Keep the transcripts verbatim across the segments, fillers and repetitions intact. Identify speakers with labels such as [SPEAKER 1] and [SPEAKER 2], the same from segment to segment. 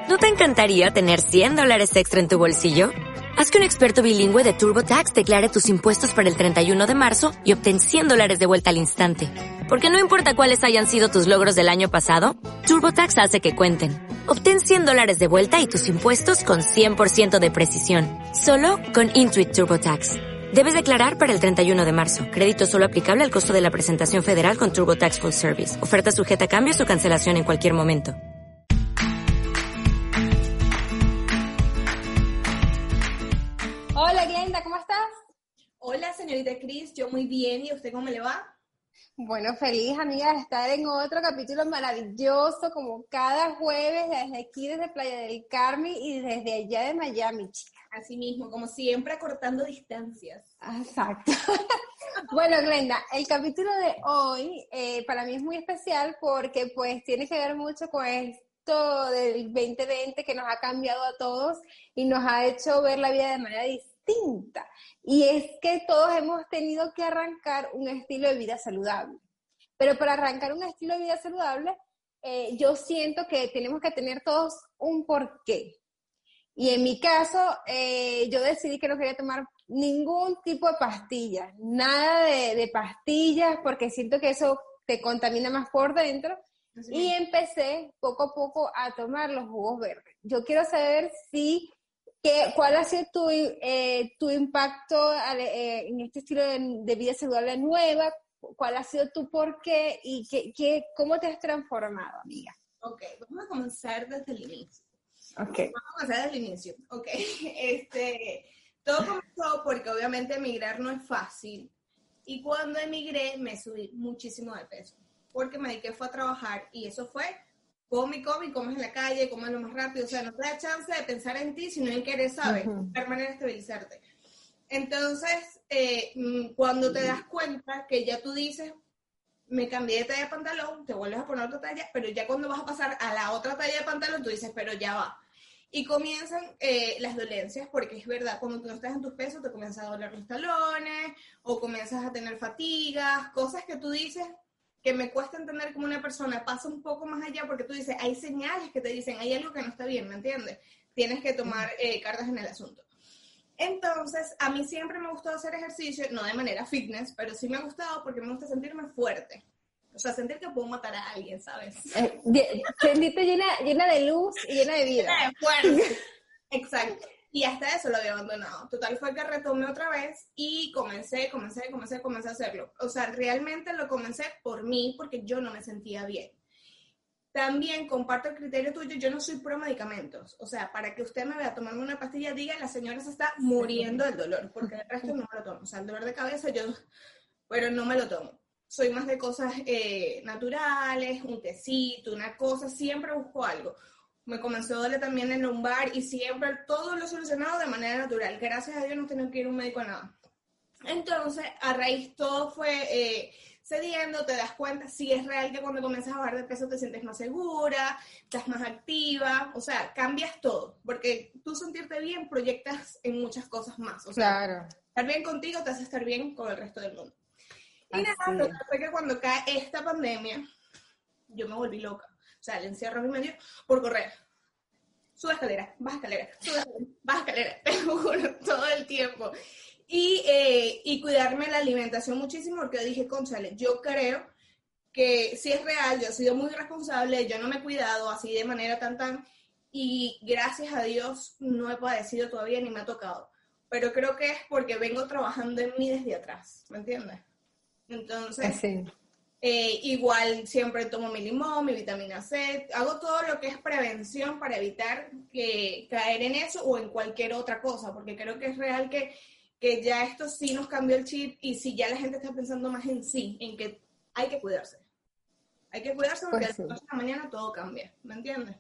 [SPEAKER 1] ¿No te encantaría tener cien dólares extra en tu bolsillo? Haz que un experto bilingüe de TurboTax declare tus impuestos para el treinta y uno de marzo y obtén cien dólares de vuelta al instante. Porque no importa cuáles hayan sido tus logros del año pasado, TurboTax hace que cuenten. Obtén cien dólares de vuelta y tus impuestos con cien por ciento de precisión. Solo con Intuit TurboTax. Debes declarar para el treinta y uno de marzo. Crédito solo aplicable al costo de la presentación federal con TurboTax Full Service. Oferta sujeta a cambios o cancelación en cualquier momento.
[SPEAKER 2] Hola Glenda, ¿cómo estás?
[SPEAKER 3] Hola señorita Cris, yo muy bien, ¿y a usted cómo le va?
[SPEAKER 2] Bueno, feliz amiga de estar en otro capítulo maravilloso, como cada jueves, desde aquí, desde Playa del Carmen y desde allá de Miami, chica.
[SPEAKER 3] Así mismo, como siempre, acortando distancias.
[SPEAKER 2] Exacto. Bueno, Glenda, el capítulo de hoy eh, para mí es muy especial porque pues tiene que ver mucho con esto del veinte veinte que nos ha cambiado a todos y nos ha hecho ver la vida de manera distinta. Y es que todos hemos tenido que arrancar un estilo de vida saludable. Pero para arrancar un estilo de vida saludable, eh, yo siento que tenemos que tener todos un porqué. Y en mi caso, eh, yo decidí que no quería tomar ningún tipo de pastillas, nada de, de pastillas, porque siento que eso te contamina más por dentro. Sí. Y empecé poco a poco a tomar los jugos verdes. Yo quiero saber si, que, cuál ha sido tu, eh, tu impacto eh, en este estilo de, de vida saludable nueva, cuál ha sido tu porqué y que, que, cómo te has transformado, amiga.
[SPEAKER 3] Ok, vamos a comenzar desde el inicio.
[SPEAKER 2] Okay.
[SPEAKER 3] Vamos a comenzar desde el inicio. Ok, este, todo comenzó porque obviamente emigrar no es fácil. Y cuando emigré me subí muchísimo de peso. Porque me dediqué fue a trabajar y eso fue, come, come, comes en la calle, comes lo más rápido. O sea, no te da chance de pensar en ti, sino en querer saber, uh-huh. buscar manera de estabilizarte. Entonces, eh, cuando te das cuenta que ya tú dices, me cambié de talla de pantalón, te vuelves a poner otra talla, pero ya cuando vas a pasar a la otra talla de pantalón, tú dices, pero ya va. Y comienzan eh, las dolencias, porque es verdad, cuando tú no estás en tus pesos, te comienzan a doler los talones, o comienzas a tener fatigas, cosas que tú dices que me cuesta entender como una persona pasa un poco más allá, porque tú dices, hay señales que te dicen, hay algo que no está bien, ¿me entiendes? Tienes que tomar eh, cartas en el asunto. Entonces, a mí siempre me ha gustado hacer ejercicio, no de manera fitness, pero sí me ha gustado porque me gusta sentirme fuerte. O sea, sentir que puedo matar a alguien, ¿sabes?
[SPEAKER 2] Eh, sentirte llena, llena de luz y llena de vida.
[SPEAKER 3] Llena de fuerza. Exacto. Y hasta eso lo había abandonado. Total fue que retomé otra vez y comencé, comencé, comencé, comencé a hacerlo. O sea, realmente lo comencé por mí porque yo no me sentía bien. También comparto el criterio tuyo, yo no soy pro medicamentos. O sea, para que usted me vea tomarme una pastilla, diga, la señora se está muriendo del dolor, porque el resto no me lo tomo. O sea, el dolor de cabeza yo, pero no me lo tomo. Soy más de cosas eh, naturales, un tecito, una cosa, siempre busco algo. Me comenzó a doler también el lumbar y siempre todo lo he solucionado de manera natural. Gracias a Dios no tengo que ir a un médico a nada. Entonces, a raíz todo fue... Eh, cediendo, te das cuenta si es real que cuando comienzas a bajar de peso te sientes más segura, estás más activa, o sea, cambias todo, porque tú sentirte bien proyectas en muchas cosas más, o sea,
[SPEAKER 2] claro.
[SPEAKER 3] Estar bien contigo te hace estar bien con el resto del mundo. Y nada, lo fue que cuando cae esta pandemia, yo me volví loca, o sea, el encierro a mí me dio por correr. Sube escalera, baja escalera, sube escalera, baja escalera, te juro, todo el tiempo. Y, eh, y cuidarme la alimentación muchísimo porque yo dije, cónchale, yo creo que si es real, yo he sido muy responsable, yo no me he cuidado así de manera tan tan, y gracias a Dios no he padecido todavía ni me ha tocado. Pero creo que es porque vengo trabajando en mí desde atrás, ¿me entiendes? Entonces,
[SPEAKER 2] sí.
[SPEAKER 3] eh, igual siempre tomo mi limón, mi vitamina C, hago todo lo que es prevención para evitar que caer en eso o en cualquier otra cosa, porque creo que es real que que ya esto sí nos cambió el chip y si ya la gente está pensando más en sí, en que hay que cuidarse. Hay que cuidarse porque pues sí. De la noche a la mañana todo cambia, ¿me entiendes?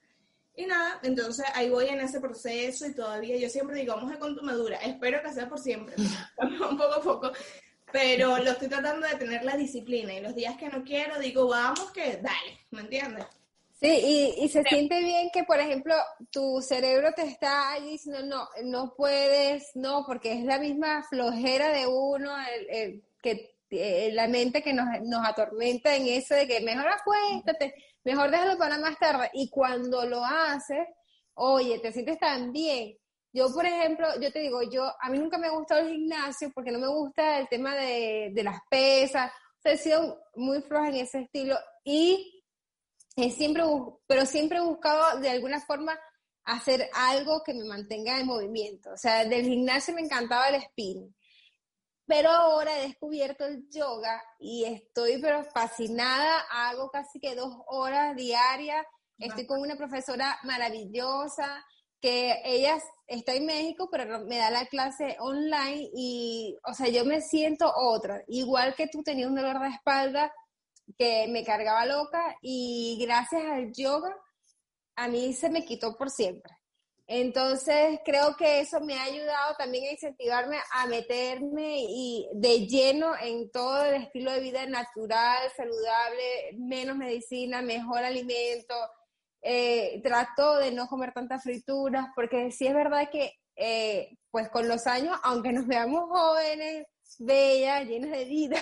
[SPEAKER 3] Y nada, entonces ahí voy en ese proceso y todavía yo siempre digo, vamos a con tu madura, espero que sea por siempre, un poco a poco, pero lo estoy tratando de tener la disciplina y los días que no quiero digo, vamos que dale, ¿me entiendes?
[SPEAKER 2] Sí, y, y se sí. siente bien que, por ejemplo, tu cerebro te está allí diciendo, no, no puedes, no, porque es la misma flojera de uno, el, el, que eh, la mente que nos, nos atormenta en eso de que mejor acuéstate, mejor déjalo para más tarde. Y cuando lo haces, oye, te sientes tan bien. Yo, por ejemplo, yo te digo, yo a mí nunca me ha gustado el gimnasio porque no me gusta el tema de, de las pesas. O sea, he sido muy floja en ese estilo y he siempre, pero siempre he buscado de alguna forma hacer algo que me mantenga en movimiento. O sea, del gimnasio me encantaba el spinning. Pero ahora he descubierto el yoga y estoy pero fascinada, hago casi que dos horas diarias, estoy con una profesora maravillosa, que ella está en México, pero me da la clase online y, o sea, yo me siento otra, igual que tú tenías un dolor de espalda que me cargaba loca y gracias al yoga a mí se me quitó por siempre. Entonces, creo que eso me ha ayudado también a incentivarme a meterme y de lleno en todo el estilo de vida natural, saludable, menos medicina, mejor alimento. Eh, trato de no comer tantas frituras, porque sí es verdad que, eh, pues con los años, aunque nos veamos jóvenes, bellas, llenas de vida,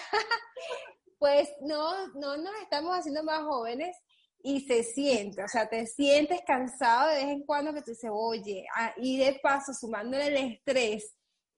[SPEAKER 2] pues no, no nos estamos haciendo más jóvenes. Y se siente, o sea, te sientes cansado de vez en cuando que tú dices, oye, ah, y de paso, sumándole el estrés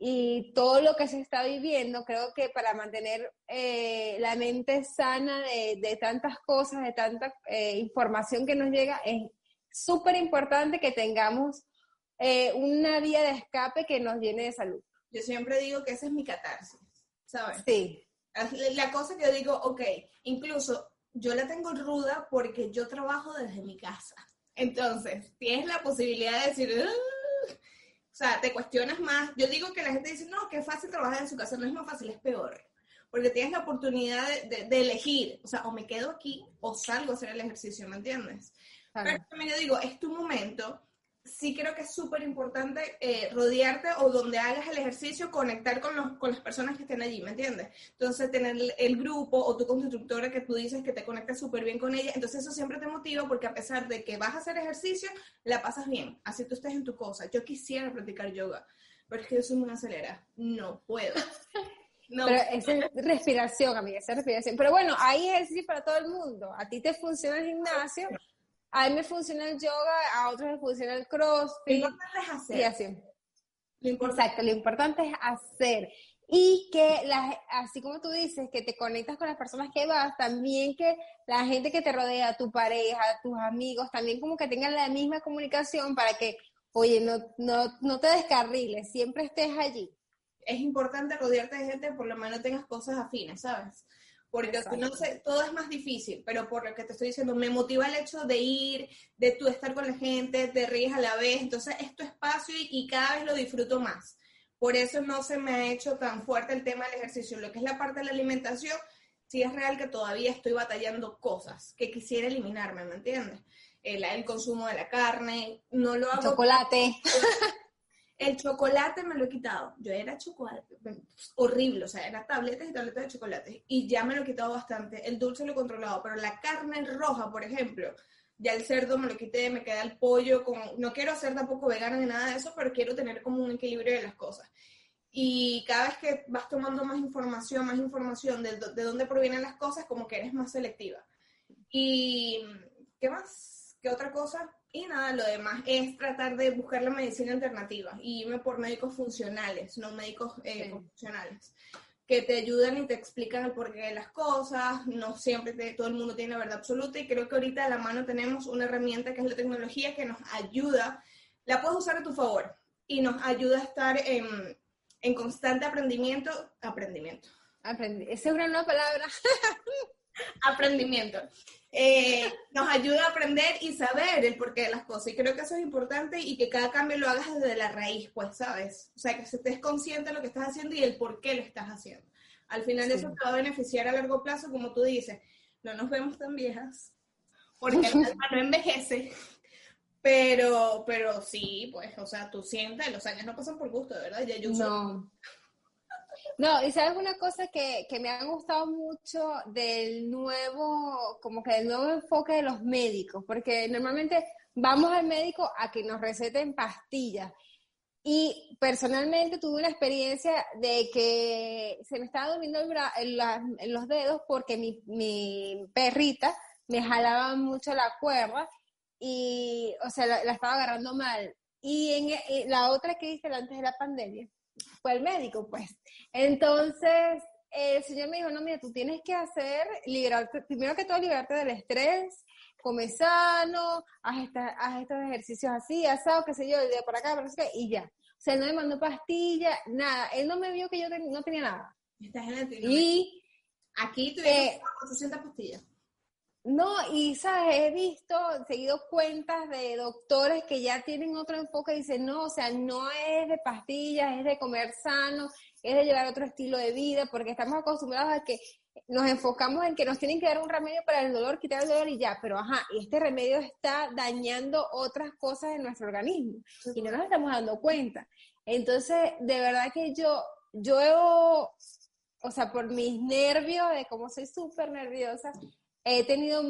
[SPEAKER 2] y todo lo que se está viviendo, creo que para mantener eh, la mente sana de, de tantas cosas, de tanta eh, información que nos llega, es súper importante que tengamos eh, una vía de escape que nos llene de salud.
[SPEAKER 3] Yo siempre digo que esa es mi catarsis, ¿sabes?
[SPEAKER 2] Sí.
[SPEAKER 3] La cosa que yo digo, ok, incluso yo la tengo ruda porque yo trabajo desde mi casa. Entonces, tienes la posibilidad de decir, uh, o sea, te cuestionas más. Yo digo que la gente dice, no, que es fácil trabajar en su casa. No es más fácil, es peor. Porque tienes la oportunidad de, de, de elegir. O sea, o me quedo aquí o salgo a hacer el ejercicio, ¿me entiendes? Claro. Pero también yo digo, es tu momento. Sí creo que es súper importante eh, rodearte o donde hagas el ejercicio, conectar con, los, con las personas que estén allí, ¿me entiendes? Entonces, tener el, el grupo o tú con tu instructora que tú dices que te conectas súper bien con ella, entonces eso siempre te motiva porque a pesar de que vas a hacer ejercicio, la pasas bien, así tú estés en tu cosa. Yo quisiera practicar yoga, pero es que yo soy muy acelerada, no puedo. No.
[SPEAKER 2] Pero esa es respiración, amiga, esa es respiración. Pero bueno, hay ejercicio para todo el mundo. A ti te funciona el gimnasio, a mí me funciona el yoga, a otros me funciona el crossfit.
[SPEAKER 3] Lo importante es hacer.
[SPEAKER 2] Y así.
[SPEAKER 3] Lo importante.
[SPEAKER 2] Exacto, lo importante es hacer. Y que, las, así como tú dices, que te conectas con las personas que vas, también que la gente que te rodea, tu pareja, tus amigos, también como que tengan la misma comunicación para que, oye, no, no, no te descarriles, siempre estés allí.
[SPEAKER 3] Es importante rodearte de gente, por lo menos tengas cosas afines, ¿sabes? Porque si no sé, todo es más difícil, pero por lo que te estoy diciendo, me motiva el hecho de ir, de tú estar con la gente, te ríes a la vez, entonces es tu espacio y, y cada vez lo disfruto más. Por eso no se me ha hecho tan fuerte el tema del ejercicio. Lo que es la parte de la alimentación, sí es real que todavía estoy batallando cosas que quisiera eliminarme, ¿me entiendes? El, el consumo de la carne, no lo hago.
[SPEAKER 2] Chocolate.
[SPEAKER 3] El chocolate me lo he quitado. Yo era chocolate, horrible, o sea, eran tabletas y tabletas de chocolate. Y ya me lo he quitado bastante. El dulce lo he controlado, pero la carne roja, por ejemplo, ya el cerdo me lo quité, me queda el pollo. Con, no quiero ser tampoco vegana ni nada de eso, pero quiero tener como un equilibrio de las cosas. Y cada vez que vas tomando más información, más información de, de dónde provienen las cosas, como que eres más selectiva. Y, ¿qué más? ¿Qué otra cosa? Y nada, lo demás es tratar de buscar la medicina alternativa y irme por médicos funcionales, no médicos eh, sí. funcionales, que te ayudan y te explican el porqué de las cosas. No siempre te, todo el mundo tiene la verdad absoluta y creo que ahorita a la mano tenemos una herramienta que es la tecnología que nos ayuda, la puedes usar a tu favor y nos ayuda a estar en, en constante aprendimiento, aprendimiento.
[SPEAKER 2] Aprendi- Esa es una nueva palabra.
[SPEAKER 3] Aprendimiento. Eh, nos ayuda a aprender y saber el porqué de las cosas, y creo que eso es importante y que cada cambio lo hagas desde la raíz, pues, ¿sabes? O sea, que estés consciente de lo que estás haciendo y el por qué lo estás haciendo. Al final sí. Eso te va a beneficiar a largo plazo, como tú dices. No nos vemos tan viejas, porque el alma no envejece, pero, pero sí, pues, o sea, tú sientas, los años no pasan por gusto, de verdad. Ya yo
[SPEAKER 2] no. No, y sabes una cosa que, que me ha gustado mucho del nuevo, como que del nuevo enfoque de los médicos, porque normalmente vamos al médico a que nos receten pastillas. Y personalmente tuve una experiencia de que se me estaba durmiendo el bra- en, la, en los dedos porque mi, mi perrita me jalaba mucho la cuerda y, o sea, la, la estaba agarrando mal. Y en, en la otra que hice antes de la pandemia fue el médico, pues. Entonces, el señor me dijo, no, mira, tú tienes que hacer, liberarte, primero que todo, liberarte del estrés, come sano, haz, esta, haz estos ejercicios así, asado, qué sé yo, de por acá, por acá, y ya. O sea, él no me mandó pastillas, nada. Él no me vio que yo ten, no tenía nada.
[SPEAKER 3] Estás en Latinoamérica.
[SPEAKER 2] Y
[SPEAKER 3] aquí tuvieron
[SPEAKER 2] eh,
[SPEAKER 3] cuatrocientas pastillas.
[SPEAKER 2] No, y sabes, he visto, seguido cuentas de doctores que ya tienen otro enfoque y dicen, no, o sea, no es de pastillas, es de comer sano, es de llevar otro estilo de vida, porque estamos acostumbrados a que nos enfocamos en que nos tienen que dar un remedio para el dolor, quitar el dolor y ya, pero ajá, y este remedio está dañando otras cosas en nuestro organismo y no nos estamos dando cuenta. Entonces, de verdad que yo, yo, o sea, por mis nervios, de cómo soy súper nerviosa, he tenido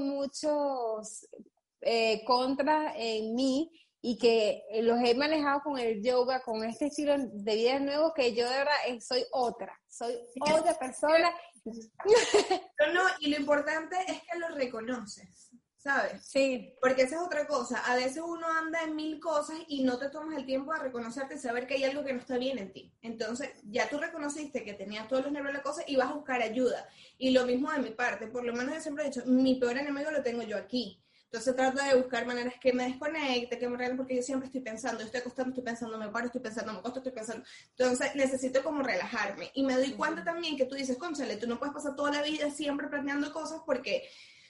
[SPEAKER 2] muchos eh, contras en mí y que los he manejado con el yoga, con este estilo de vida nuevo, que yo de verdad eh, soy otra, soy otra persona.
[SPEAKER 3] No, no, y lo importante es que lo reconoces, ¿sabes?
[SPEAKER 2] Sí.
[SPEAKER 3] Porque esa es otra cosa, a veces uno anda en mil cosas y no te tomas el tiempo de reconocerte y saber que hay algo que no está bien en ti. Entonces, ya tú reconociste que tenías todos los nervios de la cosa y vas a buscar ayuda. Y lo mismo de mi parte, por lo menos yo siempre he dicho, mi peor enemigo lo tengo yo aquí. Entonces trato de buscar maneras que me desconecte, que me relaje, porque yo siempre estoy pensando, yo estoy acostando, estoy pensando, me paro, estoy pensando, me acuesto, estoy pensando. Entonces necesito como relajarme. Y me doy cuenta también que tú dices, cónchale, tú no puedes pasar toda la vida siempre planeando cosas porque...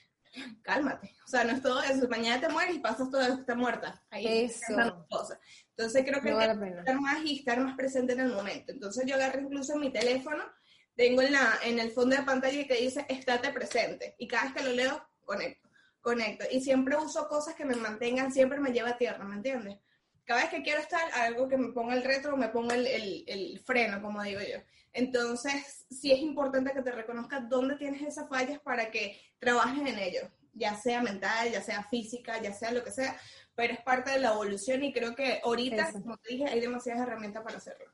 [SPEAKER 3] cálmate, o sea, no es todo eso, mañana te mueres y pasas toda la vida muerta, ahí pensando cosas. Entonces creo que
[SPEAKER 2] no
[SPEAKER 3] hay
[SPEAKER 2] vale
[SPEAKER 3] que estar más y estar más presente en el momento. Entonces yo agarro incluso mi teléfono, tengo en, la, en el fondo de pantalla que dice, estate presente, y cada vez que lo leo, conecto, conecto, y siempre uso cosas que me mantengan, siempre me lleva a tierra, ¿me entiendes? Cada vez que quiero estar, algo que me ponga el retro, me ponga el, el, el freno, como digo yo. Entonces, sí es importante que te reconozcas dónde tienes esas fallas para que trabajes en ello, ya sea mental, ya sea física, ya sea lo que sea, pero es parte de la evolución y creo que ahorita, Eso. como te dije, hay demasiadas herramientas para hacerlo.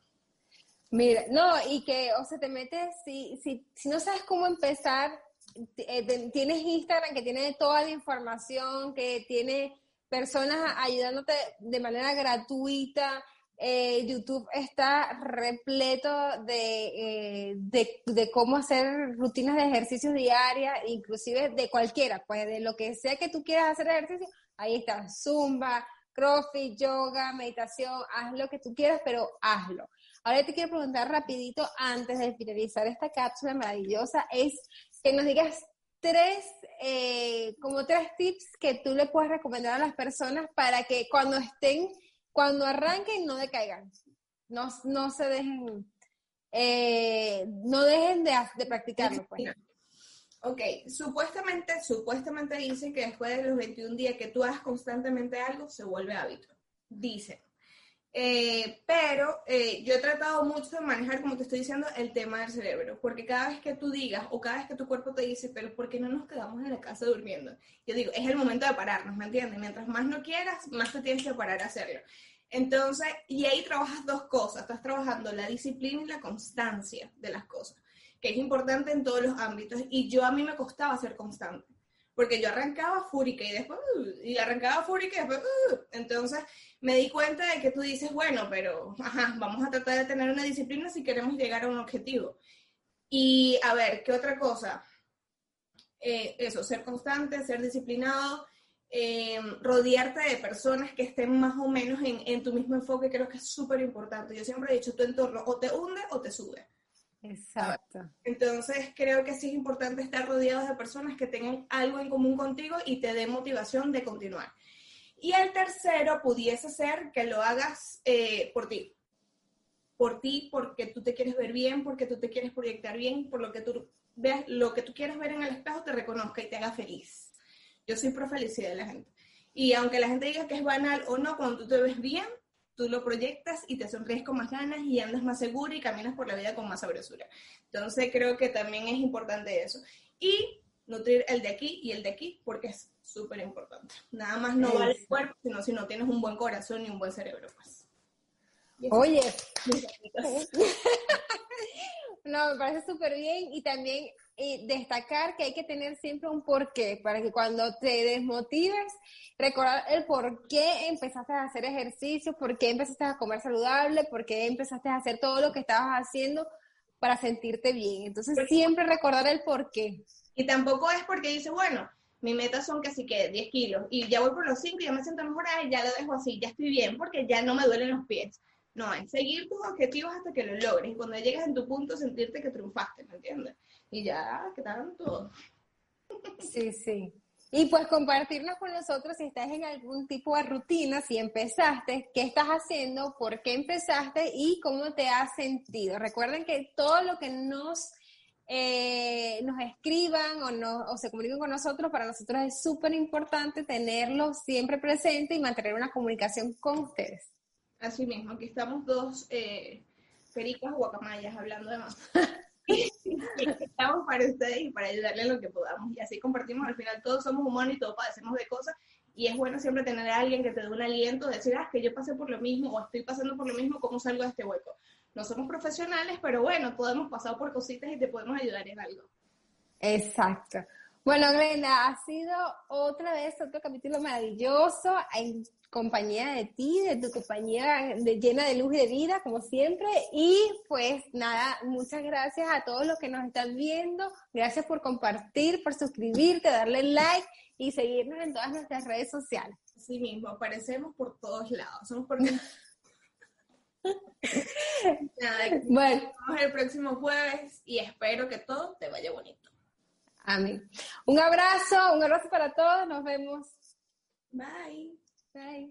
[SPEAKER 2] Mira, no, y que, o sea, te metes, si, si, si no sabes cómo empezar, eh, tienes Instagram que tiene toda la información, que tiene personas ayudándote de manera gratuita. Eh, YouTube está repleto de, eh, de, de cómo hacer rutinas de ejercicios diarias, inclusive de cualquiera, pues de lo que sea que tú quieras hacer ejercicio, ahí está, Zumba, CrossFit, yoga, meditación, haz lo que tú quieras, pero hazlo. Ahora te quiero preguntar rapidito, antes de finalizar esta cápsula maravillosa, es que nos digas tres, eh, como tres tips que tú le puedes recomendar a las personas para que cuando estén Cuando arranquen, no decaigan, no, no se dejen, eh, no dejen de, de practicarlo, pues.
[SPEAKER 3] Ok, supuestamente, supuestamente dicen que después de los veintiún días que tú hagas constantemente algo, se vuelve hábito, dicen. Eh, pero eh, yo he tratado mucho de manejar, como te estoy diciendo, el tema del cerebro, porque cada vez que tú digas, o cada vez que tu cuerpo te dice, pero ¿por qué no nos quedamos en la casa durmiendo? Yo digo, es el momento de pararnos, ¿me entiendes? Mientras más no quieras, más te tienes que parar a hacerlo. Entonces, y ahí trabajas dos cosas, estás trabajando la disciplina y la constancia de las cosas, que es importante en todos los ámbitos, y yo a mí me costaba ser constante, porque yo arrancaba fúrica y después, uh, y arrancaba fúrica y después, uh, entonces me di cuenta de que tú dices, bueno, pero, ajá, vamos a tratar de tener una disciplina si queremos llegar a un objetivo. Y, a ver, ¿qué otra cosa? Eh, eso, ser constante, ser disciplinado, eh, rodearte de personas que estén más o menos en, en tu mismo enfoque, creo que es súper importante. Yo siempre he dicho, tu entorno o te hunde o te sube.
[SPEAKER 2] Exacto.
[SPEAKER 3] Entonces creo que sí es importante estar rodeados de personas que tengan algo en común contigo y te den motivación de continuar. Y el tercero pudiese ser que lo hagas eh, por ti. Por ti, porque tú te quieres ver bien, porque tú te quieres proyectar bien, por lo que tú veas, lo que tú quieras ver en el espejo te reconozca y te haga feliz. Yo soy pro felicidad de la gente. Y aunque la gente diga que es banal o no, cuando tú te ves bien, tú lo proyectas y te sonríes con más ganas y andas más seguro y caminas por la vida con más sabrosura. Entonces creo que también es importante eso. Y nutrir el de aquí y el de aquí, porque es súper importante. Nada más no vale el cuerpo, sino si no tienes un buen corazón y un buen cerebro, pues.
[SPEAKER 2] Oye. No, me parece súper bien y también eh, destacar que hay que tener siempre un porqué, para que cuando te desmotives, recordar el por qué empezaste a hacer ejercicio, por qué empezaste a comer saludable, por qué empezaste a hacer todo lo que estabas haciendo para sentirte bien. Entonces, siempre recordar el porqué.
[SPEAKER 3] Y tampoco es porque dice, bueno, mi meta son casi que diez kilos, y ya voy por los cinco, ya me siento mejor, y ya lo dejo así, ya estoy bien, porque ya no me duelen los pies. No, es seguir tus objetivos hasta que lo logres, y cuando llegues en tu punto, sentirte que triunfaste, ¿me entiendes? Y ya, ¿qué tanto?
[SPEAKER 2] Sí, sí. Y pues compartirnos con nosotros si estás en algún tipo de rutina, si empezaste, qué estás haciendo, por qué empezaste y cómo te has sentido. Recuerden que todo lo que nos, eh, nos escriban o, no, o se comuniquen con nosotros, para nosotros es súper importante tenerlo siempre presente y mantener una comunicación con ustedes.
[SPEAKER 3] Así mismo, aquí estamos dos eh, pericas guacamayas hablando de más. Estamos para ustedes y para ayudarles en lo que podamos. Y así compartimos, al final todos somos humanos y todos padecemos de cosas. Y es bueno siempre tener a alguien que te dé un aliento, decir, ah, que yo pasé por lo mismo o estoy pasando por lo mismo, ¿cómo salgo de este hueco? No somos profesionales, pero bueno, todos hemos pasado por cositas y te podemos ayudar en algo.
[SPEAKER 2] Exacto. Bueno, Glenda, ha sido otra vez otro capítulo maravilloso en compañía de ti, de tu compañía de, llena de luz y de vida, como siempre. Y pues nada, muchas gracias a todos los que nos están viendo. Gracias por compartir, por suscribirte, darle like y seguirnos en todas nuestras redes sociales.
[SPEAKER 3] Así mismo, aparecemos por todos lados. Somos por... Nada,
[SPEAKER 2] bueno,
[SPEAKER 3] nos vemos el próximo jueves y espero que todo te vaya bonito.
[SPEAKER 2] Amén. Un abrazo, un abrazo para todos. Nos vemos.
[SPEAKER 3] Bye.
[SPEAKER 2] Bye.